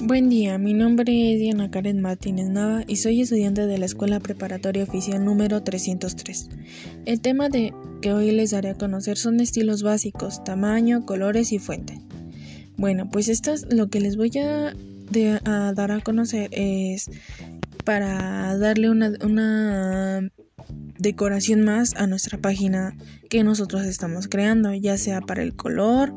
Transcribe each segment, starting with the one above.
Buen día, mi nombre es Diana Karen Martínez Nava y soy estudiante de la Escuela Preparatoria Oficial número 303. El tema que hoy les daré a conocer son estilos básicos, tamaño, colores y fuente. Bueno, pues esto es lo que les voy a dar a conocer es para darle una decoración más a nuestra página que nosotros estamos creando, ya sea el color,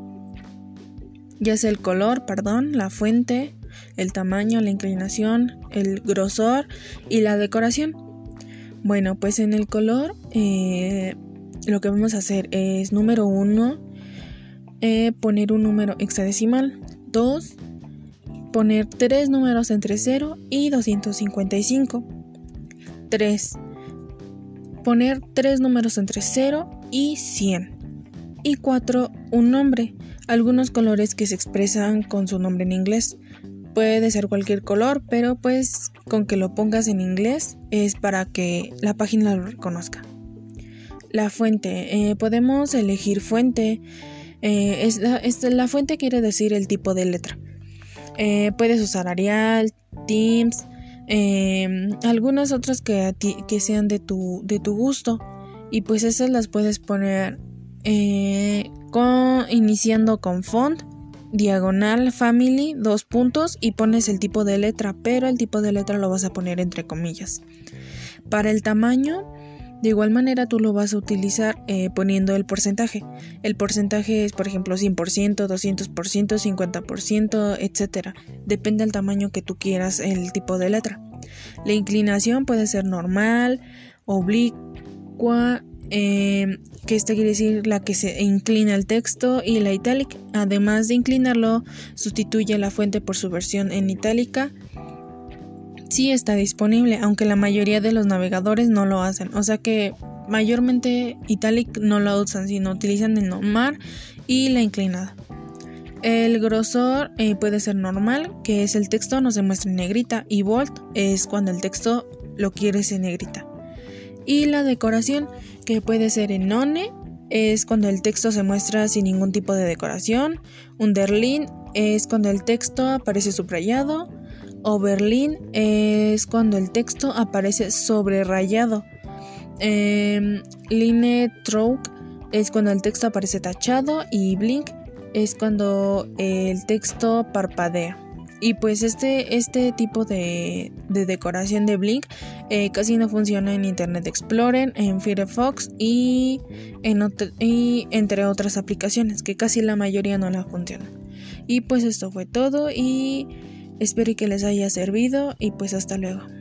la fuente, el tamaño, la inclinación, el grosor y la decoración. Bueno, pues en el color lo que vamos a hacer es número 1, poner un número hexadecimal. 2, poner 3 números entre 0 y 255. 3, poner 3 números entre 0 y 100. Y 4, un nombre. Algunos colores que se expresan con su nombre en inglés. Puede ser cualquier color, pero pues con que lo pongas en inglés es para que la página lo reconozca. La fuente. Podemos elegir fuente. La fuente quiere decir el tipo de letra. Puedes usar Arial, Teams, algunas otras que sean de tu gusto. Y pues esas las puedes poner iniciando con font, diagonal, family, 2 puntos y pones el tipo de letra, pero el tipo de letra lo vas a poner entre comillas. Para el tamaño, de igual manera tú lo vas a utilizar poniendo el porcentaje. El porcentaje es, por ejemplo, 100%, 200%, 50%, etc. Depende del tamaño que tú quieras, el tipo de letra. La inclinación puede ser normal, oblicua, que esta quiere decir la que se inclina el texto, y la italic. Además de inclinarlo, sustituye la fuente por su versión en itálica. Sí está disponible, aunque la mayoría de los navegadores no lo hacen, o sea que mayormente italic no lo usan, sino utilizan el normal y la inclinada. El grosor puede ser normal, que es el texto no se muestra en negrita, y bold es cuando el texto lo quieres en negrita. Y la decoración, que puede ser en none, es cuando el texto se muestra sin ningún tipo de decoración. Underline es cuando el texto aparece subrayado. Overline es cuando el texto aparece sobrerayado. Line stroke es cuando el texto aparece tachado. Y blink es cuando el texto parpadea. Y pues este tipo de decoración de blink casi no funciona en Internet Explorer, en Firefox y entre otras aplicaciones, que casi la mayoría no la funcionan. Y pues esto fue todo y espero que les haya servido y pues hasta luego.